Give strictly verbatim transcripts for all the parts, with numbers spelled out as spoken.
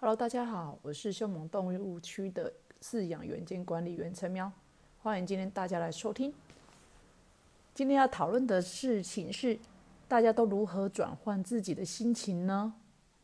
Hello，大家好，我是凶猛动物区的饲养员兼管理员陈喵，欢迎今天大家来收听。今天要讨论的事情是，大家都如何转换自己的心情呢？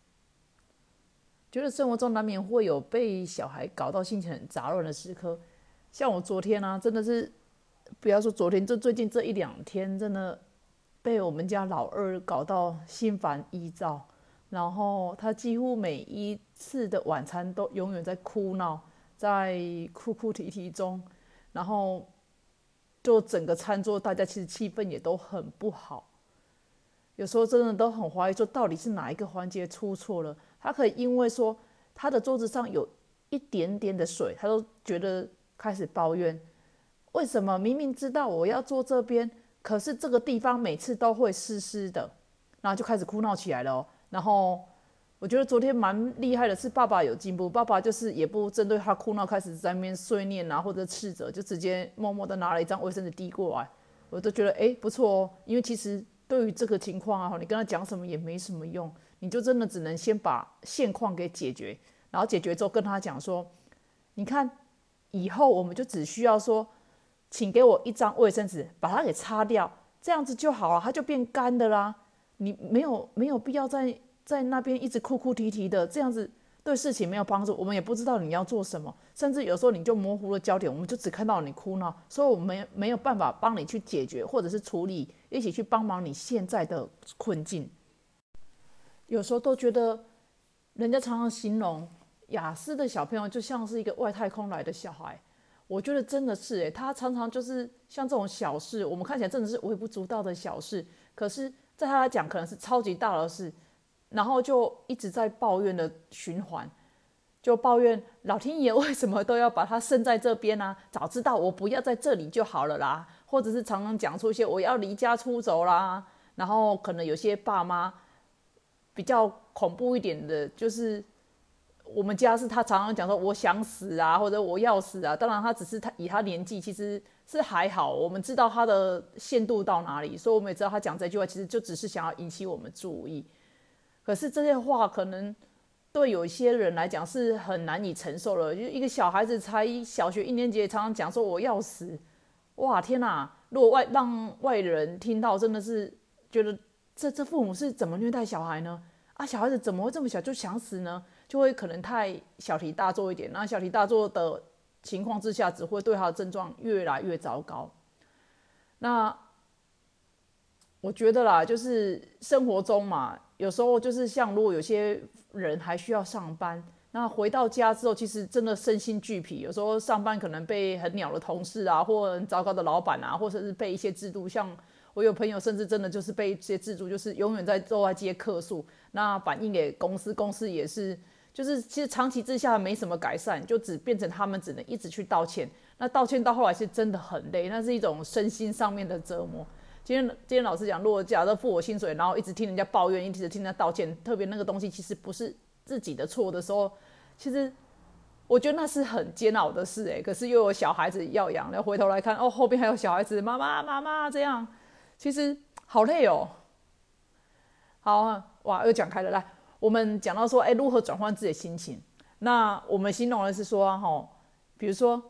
觉得生活中难免会有被小孩搞到心情很杂乱的时刻，像我昨天啊，真的是不要说昨天，就最近这一两天，真的被我们家老二搞到心烦意躁。然后他几乎每一次的晚餐都永远在哭闹，在哭哭啼啼中，然后就整个餐桌大家其实气氛也都很不好，有时候真的都很怀疑说到底是哪一个环节出错了。他可以因为说他的桌子上有一点点的水，他都觉得开始抱怨，为什么明明知道我要坐这边，可是这个地方每次都会湿湿的，然后就开始哭闹起来了哦。然后我觉得昨天蛮厉害的是，爸爸有进步。爸爸就是也不针对他哭闹开始在那边碎念啊，或者斥责，就直接默默的拿了一张卫生纸递过来。我都觉得哎不错哦，因为其实对于这个情况啊，你跟他讲什么也没什么用，你就真的只能先把现况给解决，然后解决之后跟他讲说，你看以后我们就只需要说，请给我一张卫生纸，把它给擦掉，这样子就好了，它就变干的啦。你没有没有必要在在那边一直哭哭啼啼的，这样子对事情没有帮助。我们也不知道你要做什么，甚至有时候你就模糊了焦点，我们就只看到你哭闹，所以我们没有办法帮你去解决或者是处理，一起去帮忙你现在的困境。有时候都觉得人家常常形容雅思的小朋友就像是一个外太空来的小孩，我觉得真的是哎，他常常就是像这种小事，我们看起来真的是微不足道的小事，可是在他来讲可能是超级大的事，然后就一直在抱怨的循环，就抱怨老天爷为什么都要把他生在这边啊？早知道我不要在这里就好了啦，或者是常常讲出一些我要离家出走啦，然后可能有些爸妈比较恐怖一点的，就是我们家是他常常讲说我想死啊，或者我要死啊。当然他只是他以他年纪其实是还好，我们知道他的限度到哪里，所以我们也知道他讲这句话其实就只是想要引起我们注意。可是这些话可能对有一些人来讲是很难以承受了，就一个小孩子才小学一年级，常常讲说我要死，哇天哪！如果外让外人听到，真的是觉得这这父母是怎么虐待小孩呢？啊，小孩子怎么会这么小就想死呢？就会可能太小题大做一点，那小题大做的情况之下，只会对他的症状越来越糟糕。那我觉得啦，就是生活中嘛，有时候就是像如果有些人还需要上班，那回到家之后，其实真的身心俱疲。有时候上班可能被很鸟的同事啊，或很糟糕的老板啊，或者是被一些制度，像我有朋友甚至真的就是被这些制度，就是永远在都在接客诉，那反映给公司，公司也是，就是其实长期之下没什么改善，就只变成他们只能一直去道歉。那道歉到后来是真的很累，那是一种身心上面的折磨。今天今天老师讲，如果假设付我薪水，然后一直听人家抱怨，一直听人家道歉，特别那个东西其实不是自己的错的时候，其实我觉得那是很煎熬的事哎。可是又有小孩子要养，然后回头来看，哦，后边还有小孩子，妈妈妈妈这样，其实好累哦。好，哇，又讲开了，来，我们讲到说，哎，如何转换自己的心情？那我们形容的是说，哈，比如说，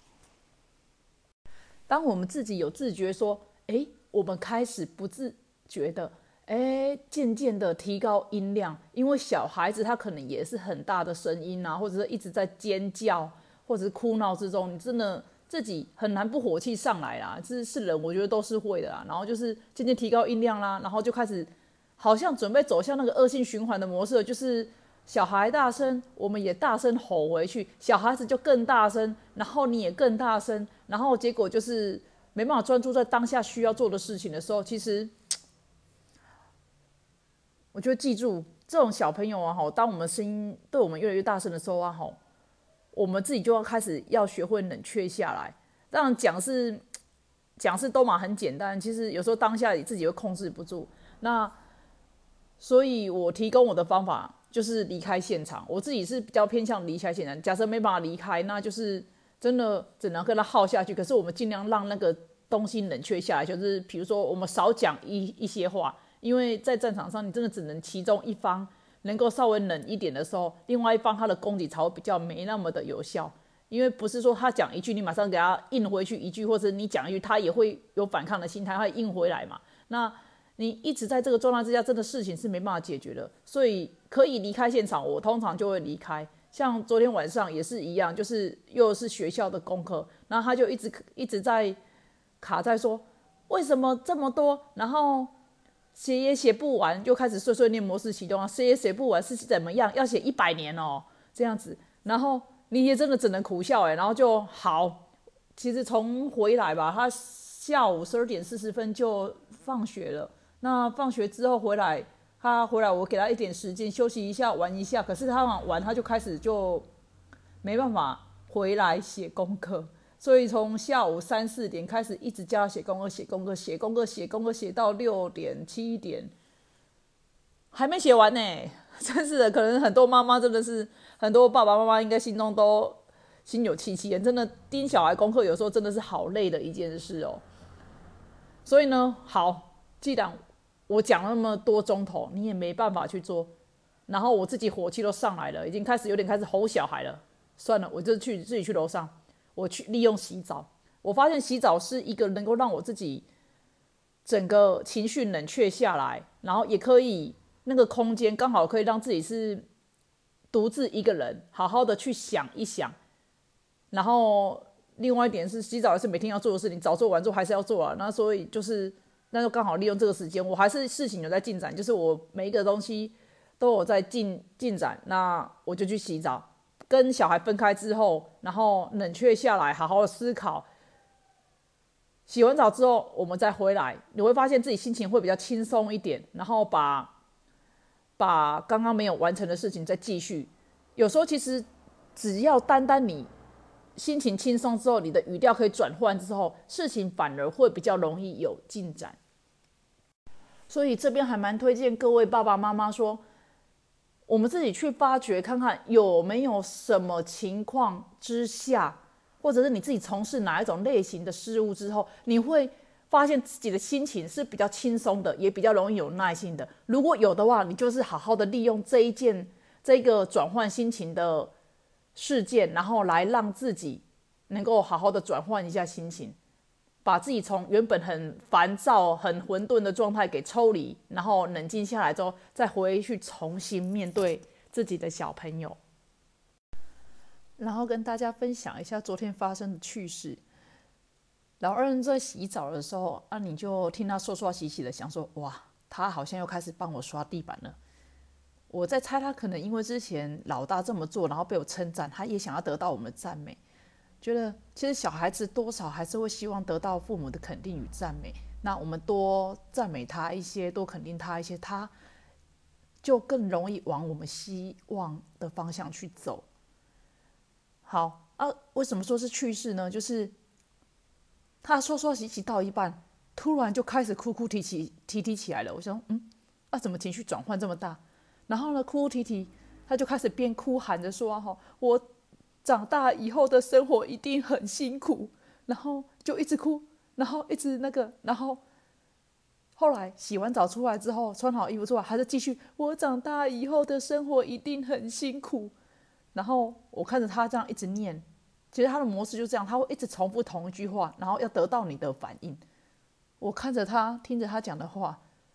当我们自己有自觉说，哎，我们开始不自觉的，哎，渐渐的提高音量，因为小孩子他可能也是很大的声音啊，或者是一直在尖叫，或者是哭闹之中，你真的自己很难不火气上来啦。这是人，我觉得都是会的啦。然后就是渐渐提高音量啦，然后就开始好像准备走向那个恶性循环的模式，就是小孩大声，我们也大声吼回去，小孩子就更大声，然后你也更大声，然后结果就是没办法专注在当下需要做的事情的时候，其实我就记住这种小朋友啊，当我们声音对我们越来越大声的时候啊，我们自己就要开始要学会冷却下来。当然讲是讲是都嘛很简单，其实有时候当下你自己会控制不住。那所以我提供我的方法就是离开现场，我自己是比较偏向离开现场。假设没办法离开，那就是真的只能跟他耗下去。可是我们尽量让那个东西冷却下来，就是比如说我们少讲一一些话，因为在战场上你真的只能其中一方能够稍微冷一点的时候，另外一方他的攻击才会比较没那么的有效。因为不是说他讲一句，你马上给他应回去一句，或者你讲一句，他也会有反抗的心态，他会应回来嘛。那你一直在这个状态之下，真的事情是没办法解决的。所以可以离开现场，我通常就会离开。像昨天晚上也是一样，就是又是学校的功课，然后他就一直一直在卡在说为什么这么多，然后写也写不完，就开始碎碎念模式启动啊，写也写不完是怎么样？要写一百年哦，这样子，然后你也真的只能苦笑哎，然后就好。其实从回来吧，他下午十二点四十分就放学了。那放学之后回来。他回来，我给他一点时间休息一下，玩一下。可是他玩，他就开始就没办法回来写功课，所以从下午三四点开始，一直叫他写功课、写功课、写功课、写功课，写到六点、七点，还没写完呢。真是的，可能很多妈妈真的是，很多爸爸妈妈应该心中都心有戚戚焉。真的盯小孩功课，有时候真的是好累的一件事哦。所以呢，好，既然我讲了那么多钟头，你也没办法去做，然后我自己火气都上来了，已经开始有点开始吼小孩了。算了，我就去自己去楼上，我去利用洗澡。我发现洗澡是一个能够让我自己整个情绪冷却下来，然后也可以那个空间刚好可以让自己是独自一个人，好好的去想一想。然后另外一点是，洗澡也是每天要做的事情，早做晚做还是要做啊。那所以就是。那就刚好利用这个时间，我还是事情有在进展，就是我每一个东西都有在进进展，那我就去洗澡，跟小孩分开之后，然后冷却下来，好好的思考。洗完澡之后，我们再回来，你会发现自己心情会比较轻松一点，然后把把刚刚没有完成的事情再继续。有时候其实只要单单你心情轻松之后，你的语调可以转换之后，事情反而会比较容易有进展。所以这边还蛮推荐各位爸爸妈妈说，我们自己去发掘看看有没有什么情况之下，或者是你自己从事哪一种类型的事物之后，你会发现自己的心情是比较轻松的，也比较容易有耐心的。如果有的话，你就是好好的利用这一件这个转换心情的事件，然后来让自己能够好好的转换一下心情。把自己从原本很烦躁、很混沌的状态给抽离，然后冷静下来之后，再回去重新面对自己的小朋友。然后跟大家分享一下昨天发生的趣事。老二人在洗澡的时候，啊，你就听他刷刷洗洗的，想说哇，他好像又开始帮我刷地板了。我在猜他可能因为之前老大这么做，然后被我称赞，他也想要得到我们的赞美。觉得其实小孩子多少还是会希望得到父母的肯定与赞美，那我们多赞美他一些，多肯定他一些，他就更容易往我们希望的方向去走。好啊，为什么说是趣事呢？就是他刷刷洗洗到一半，突然就开始哭哭啼啼啼啼起来了。我想，嗯，啊，怎么情绪转换这么大？然后呢，哭哭啼啼，他就开始边哭喊着说：“哈，我。”长大以后的生活一定很辛苦，然后就一直哭，然后一直那个，然后后来洗完澡出来之后，穿好衣服出来，还是继续。我长大以后的生活一定很辛苦。然后我看着他这样一直念，其实他的模式就这样，他会一直重复同一句话，然后要得到你的反应。我看着他，听着他讲的话，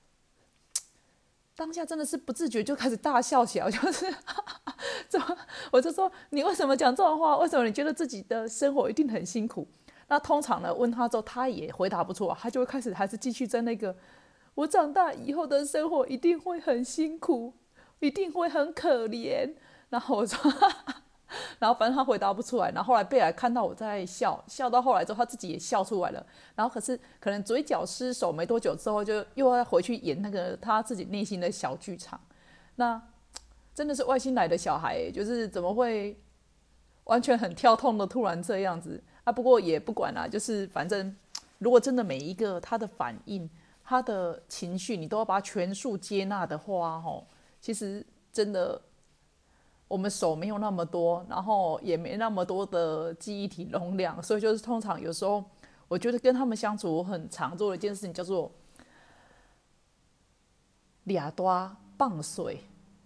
当下真的是不自觉就开始大笑起来，就是怎么，我就说你为什么讲这种话？为什么你觉得自己的生活一定很辛苦？那通常呢，问他之后，他也回答不出来，他就会开始还是继续在那个我长大以后的生活一定会很辛苦，一定会很可怜。然后我说，然后反正他回答不出来。然后后来贝尔看到我在笑，笑到后来之后，他自己也笑出来了。然后可是可能嘴角失手没多久之后，就又要回去演那个他自己内心的小剧场。那真的是外星来的小孩，就是怎么会完全很跳痛的突然这样子啊？不过也不管啦，就是反正如果真的每一个他的反应、他的情绪，你都要把它全数接纳的话，吼，其实真的我们手没有那么多，然后也没那么多的记忆体容量，所以就是通常有时候我觉得跟他们相处，我很常做的一件事情叫做俩大放水。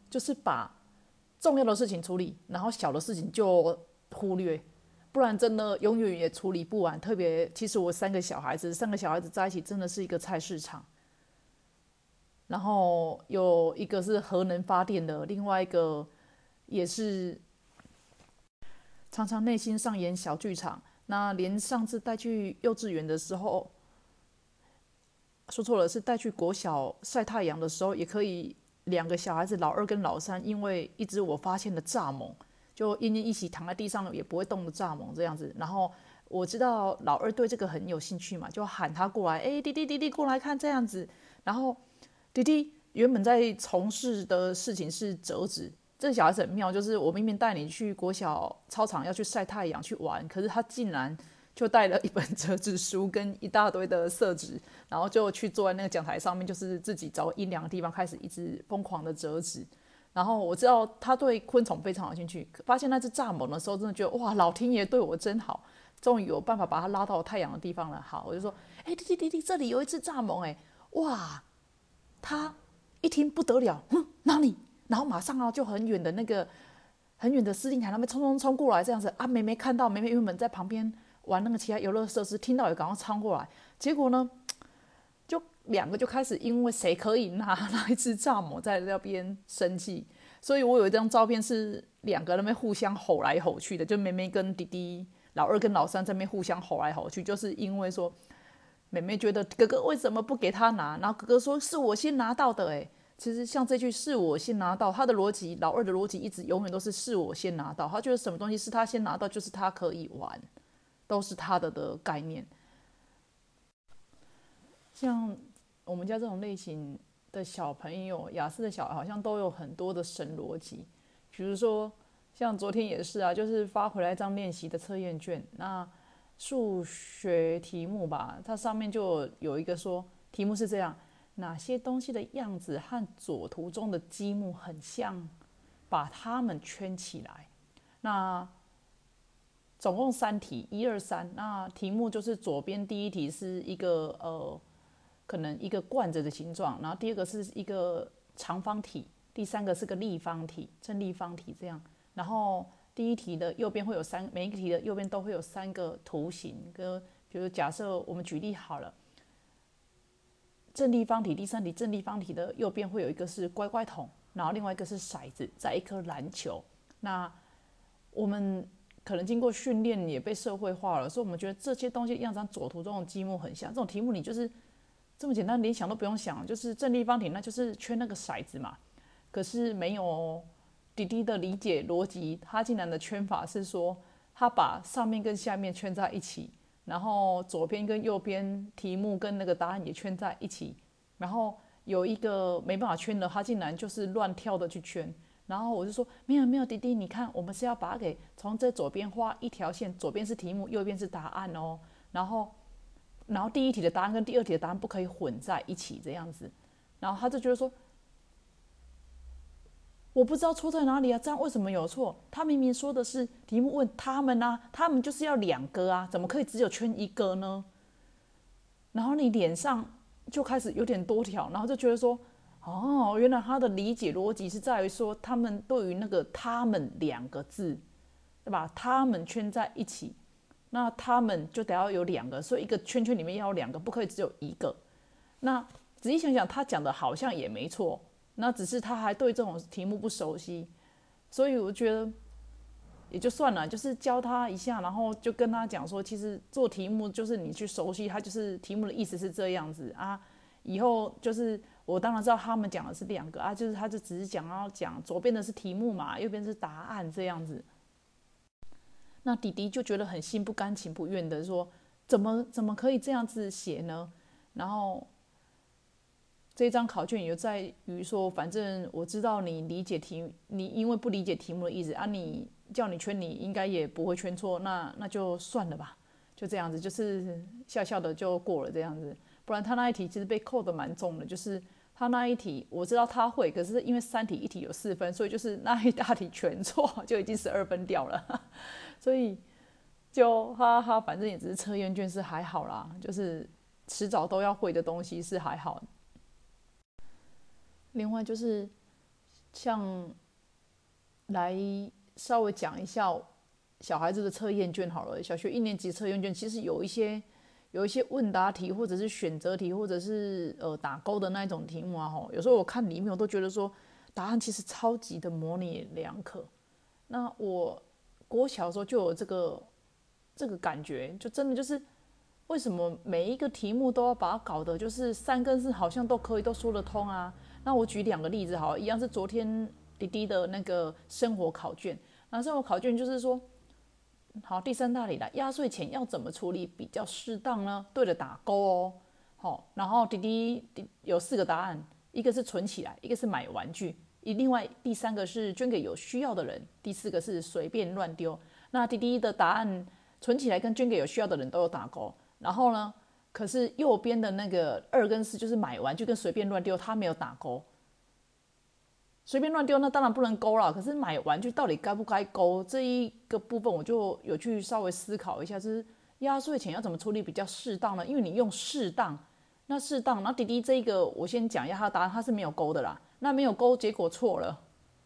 就是把重要的事情处理，然后小的事情就忽略，不然真的永远也处理不完。特别，其实我三个小孩子，三个小孩子在一起真的是一个菜市场。然后有一个是核能发电的，另外一个也是常常内心上演小剧场。那连上次带去幼稚园的时候，说错了，是带去国小晒太阳的时候，也可以两个小孩子，老二跟老三，因为一只我发现的蚱蜢，就奄奄一息躺在地上也不会动的蚱蜢这样子。然后我知道老二对这个很有兴趣嘛，就喊他过来，哎，弟弟弟弟过来看这样子。然后弟弟原本在从事的事情是折纸，这个小孩子很妙，就是我明明带你去国小操场要去晒太阳去玩，可是他竟然就带了一本折纸书跟一大堆的色纸，然后就去坐在那个讲台上面，就是自己找阴凉的地方开始一直疯狂的折纸。然后我知道他对昆虫非常有兴趣，发现那只蚱蜢的时候，真的觉得哇，老天爷对我真好，终于有办法把它拉到太阳的地方了。好，我就说，哎，弟弟弟弟，这里有一只蚱蜢，哎，哇，他一听不得了，哼，哪里？然后马上啊，就很远的那个很远的司令台那边冲冲冲过来，这样子啊，妹妹看到，妹妹原本在旁边玩那个其他游乐设施，听到也赶快冲过来，结果呢，就两个就开始因为谁可以拿那一只蚱蜢在那边生气，所以我有一张照片是两个那边互相吼来吼去的，就妹妹跟弟弟，老二跟老三在那边互相吼来吼去，就是因为说妹妹觉得哥哥为什么不给他拿，然后哥哥说是我先拿到的，哎，其实像这句是我先拿到，他的逻辑，老二的逻辑一直永远都是是我先拿到，他觉得什么东西是他先拿到，就是他可以玩，都是他的的概念。像我们家这种类型的小朋友，雅思的小孩好像都有很多的神逻辑，比如说像昨天也是啊，就是发回来一张练习的测验卷，那数学题目吧，它上面就有一个说，题目是这样：哪些东西的样子和左图中的积木很像？把它们圈起来。那总共三题，一二三。那题目就是左边第一题是一个呃，可能一个罐子的形状，然后第二个是一个长方体，第三个是个立方体，正立方体这样。然后第一题的右边会有三，每一个题的右边都会有三个图形，跟比如假设我们举例好了，正立方体第三题正立方体的右边会有一个是乖乖桶，然后另外一个是骰子，在一颗篮球。那我们可能经过训练也被社会化了，所以我们觉得这些东西样子跟左图中的积木很像。这种题目你就是这么简单，连想都不用想，就是正立方体，那就是圈那个骰子嘛。可是没有弟弟的理解逻辑，他竟然的圈法是说，他把上面跟下面圈在一起，然后左边跟右边题目跟那个答案也圈在一起，然后有一个没办法圈的，他竟然就是乱跳的去圈。然后我就说没有没有，弟弟，你看我们是要把它给从这左边画一条线，左边是题目，右边是答案哦。然后然后第一题的答案跟第二题的答案不可以混在一起这样子。然后他就觉得说，我不知道错在哪里啊，这样为什么有错？他明明说的是题目问他们啊，他们就是要两个啊，怎么可以只有圈一个呢？然后你脸上就开始有点多条，然后就觉得说，哦，原来他的理解逻辑是在于说，他们对于那个"他们"两个字，对吧？他们圈在一起，那他们就得要有两个，所以一个圈圈里面要有两个，不可以只有一个。那仔细想想，他讲的好像也没错，那只是他还对这种题目不熟悉，所以我觉得也就算了，就是教他一下，然后就跟他讲说，其实做题目就是你去熟悉，它就是题目的意思是这样子啊。以后就是我当然知道他们讲的是两个啊，就是他就只是讲要讲左边的是题目嘛，右边是答案这样子。那弟弟就觉得很心不甘情不愿的说，怎么怎么可以这样子写呢？然后这张考卷也在于说，反正我知道你理解题，你因为不理解题目的意思啊，你叫你圈，你应该也不会圈错，那那就算了吧，就这样子，就是笑笑的就过了这样子。不然他那一题其实被扣的蛮重的，就是他那一题我知道他会，可是因为三题一题有四分，所以就是那一大题全错就已经十二分掉了，所以就哈哈，反正也只是测验卷是还好啦，就是迟早都要会的东西是还好。另外就是像来稍微讲一下小孩子的测验卷好了。小学一年级测验卷其实有一些有一些问答题，或者是选择题，或者是呃打勾的那一种题目啊，吼，有时候我看里面我都觉得说答案其实超级的模棱两可。那我国小的时候就有这个这个感觉，就真的就是为什么每一个题目都要把它搞得就是三跟四好像都可以都说得通啊？那我举两个例子好了，一样是昨天弟弟的那个生活考卷。那生活考卷就是说，好，第三大题来，压岁钱要怎么处理比较适当呢？对了，打勾哦。好，然后弟弟有四个答案，一个是存起来，一个是买玩具，另外第三个是捐给有需要的人，第四个是随便乱丢。那弟弟的答案存起来跟捐给有需要的人都有打勾，然后呢，可是右边的那个二跟四就是买玩具跟随便乱丢，他没有打勾。随便乱丢那当然不能勾了，可是买玩具到底该不该勾这一个部分，我就有去稍微思考一下，就是压岁钱要怎么处理比较适当呢？因为你用适当，那适当，那弟弟这个我先讲一下他的答案，他是没有勾的啦，那没有勾结果错了。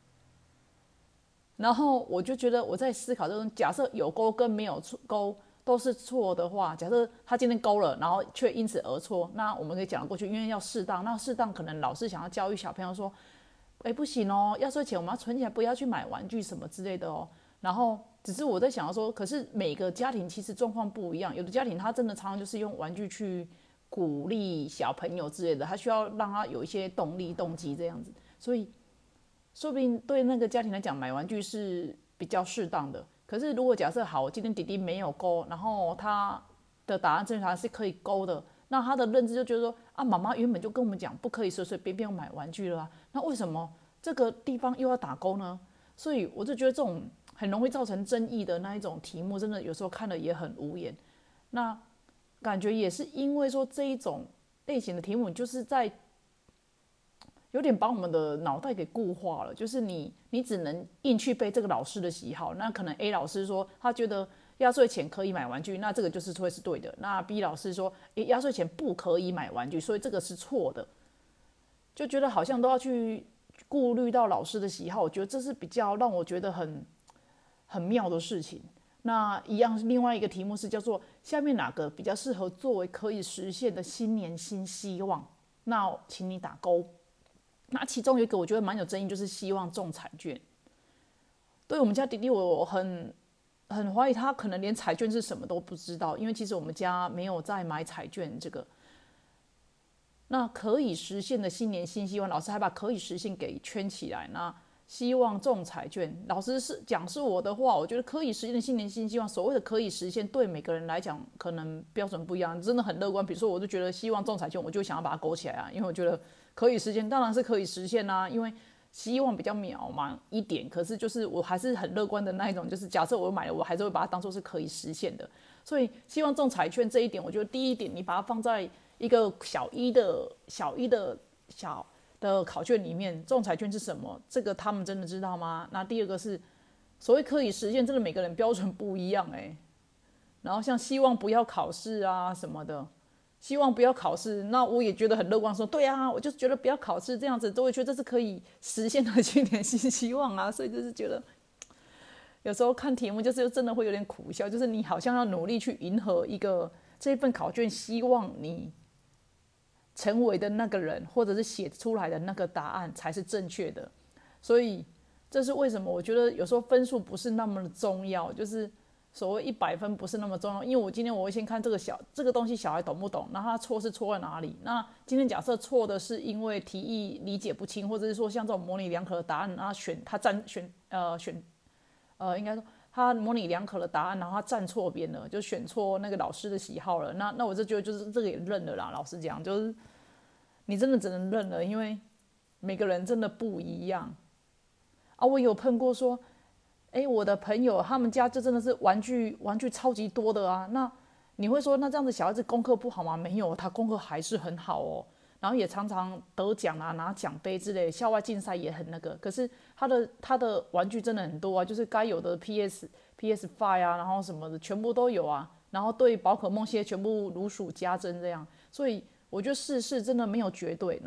然后我就觉得我在思考这种，假设有勾跟没有勾都是错的话，假设他今天勾了，然后却因此而错，那我们可以讲得过去，因为要适当。那适当可能老师想要教育小朋友说，哎，不行哦，压岁钱我们要存起来，不要去买玩具什么之类的哦。然后只是我在想说，可是每个家庭其实状况不一样，有的家庭他真的常常就是用玩具去鼓励小朋友之类的，他需要让他有一些动力、动机这样子，所以说不定对那个家庭来讲，买玩具是比较适当的。可是如果假设好，今天弟弟没有勾，然后他的答案正常是可以勾的，那他的认知就觉得说啊，妈妈原本就跟我们讲不可以随随便便买玩具了啊，那为什么这个地方又要打勾呢？所以我就觉得这种很容易造成争议的那一种题目，真的有时候看了也很无言。那感觉也是因为说这一种类型的题目，就是在有点把我们的脑袋给固化了，就是你你只能硬去背这个老师的喜好，那可能 A 老师说他觉得压岁钱可以买玩具，那这个就是会是对的。那 B 老师说，诶，压岁钱不可以买玩具，所以这个是错的。就觉得好像都要去顾虑到老师的喜好，我觉得这是比较让我觉得很很妙的事情。那一样，另外一个题目是叫做下面哪个比较适合作为可以实现的新年新希望？那请你打勾。那其中有一个我觉得蛮有争议，就是希望中彩券。对我们家弟弟，我很很怀疑他可能连彩券是什么都不知道，因为其实我们家没有在买彩券这个。那可以实现的新年新希望，老师还把可以实现给圈起来。那希望中彩券，老师是讲是我的话，我觉得可以实现的新年新希望，所谓的可以实现，对每个人来讲可能标准不一样，真的很乐观。比如说，我就觉得希望中彩券，我就想要把它勾起来啊，因为我觉得可以实现，当然是可以实现啦、啊，因为希望比较渺茫一点，可是就是我还是很乐观的那一种，就是假设我买了，我还是会把它当做是可以实现的。所以希望中彩券这一点，我觉得第一点，你把它放在一个小一的小一的小的考卷里面，中彩券是什么？这个他们真的知道吗？那第二个是所谓可以实现，真的每个人标准不一样哎、欸。然后像希望不要考试啊什么的，希望不要考试，那我也觉得很乐观说，对啊，我就觉得不要考试这样子，都会觉得这是可以实现的新年新希望啊，所以就是觉得有时候看题目就是真的会有点苦笑，就是你好像要努力去迎合一个这份考卷希望你成为的那个人，或者是写出来的那个答案才是正确的。所以这是为什么我觉得有时候分数不是那么的重要，就是所谓一百分不是那么重要。因为我今天我会先看这个小这个东西小孩懂不懂，那他错是错在哪里。那今天假设错的是因为题意理解不清，或者是说像这种模棱两可的答案，他选他占选呃选呃应该说他模棱两可的答案，然后他站错边了，就选错那个老师的喜好了。那那我就觉得就是这个也认了啦。老实讲，就是你真的只能认了，因为每个人真的不一样啊。我有碰过说，哎，我的朋友他们家就真的是玩具玩具超级多的啊。那你会说，那这样子小孩子功课不好吗？没有，他功课还是很好哦。然后也常常得奖啊，拿奖杯之类，校外竞赛也很那个。可是他的他的玩具真的很多啊，就是该有的 P S P S 五 啊，然后什么的全部都有啊。然后对宝可梦系列全部如数家珍这样，所以我觉得世事真的没有绝对。那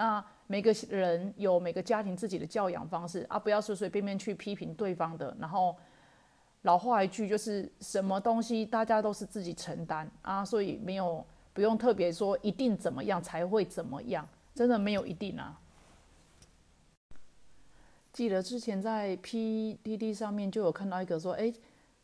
每个人有每个家庭自己的教养方式啊，不要随随便便去批评对方的。然后老话一句，就是什么东西大家都是自己承担啊，所以没有不用特别说一定怎么样才会怎么样，真的没有一定啊。记得之前在 P D D 上面就有看到一个说，哎，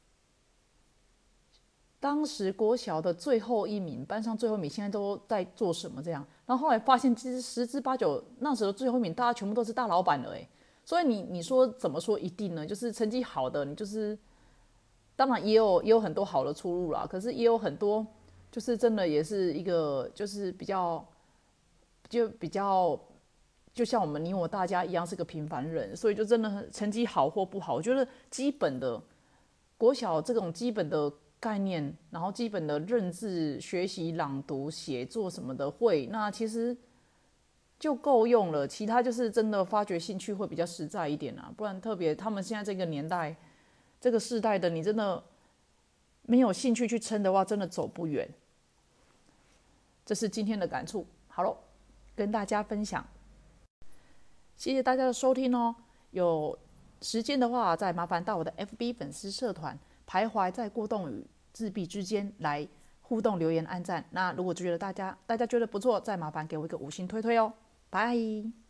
当时国小的最后一名，班上最后一名，现在都在做什么这样？然后后来发现，其实十之八九，那时候最后一名，大家全部都是大老板了哎。所以你你说怎么说一定呢？就是成绩好的，你就是当然也有也有很多好的出路啦，可是也有很多就是真的也是一个就是比较就比较就像我们你我大家一样是个平凡人，所以就真的成绩好或不好，我觉得基本的国小这种基本的概念，然后基本的认字、学习、朗读、写作什么的会，那其实就够用了。其他就是真的发掘兴趣会比较实在一点啊，不然特别他们现在这个年代、这个世代的，你真的没有兴趣去撑的话，真的走不远。这是今天的感触。好了，跟大家分享，谢谢大家的收听哦。有时间的话，再麻烦到我的 F B 粉丝社团徘徊在过动与自闭之间来互动留言按赞。那如果觉得大家大家觉得不错，再麻烦给我一个五星推推哦。拜。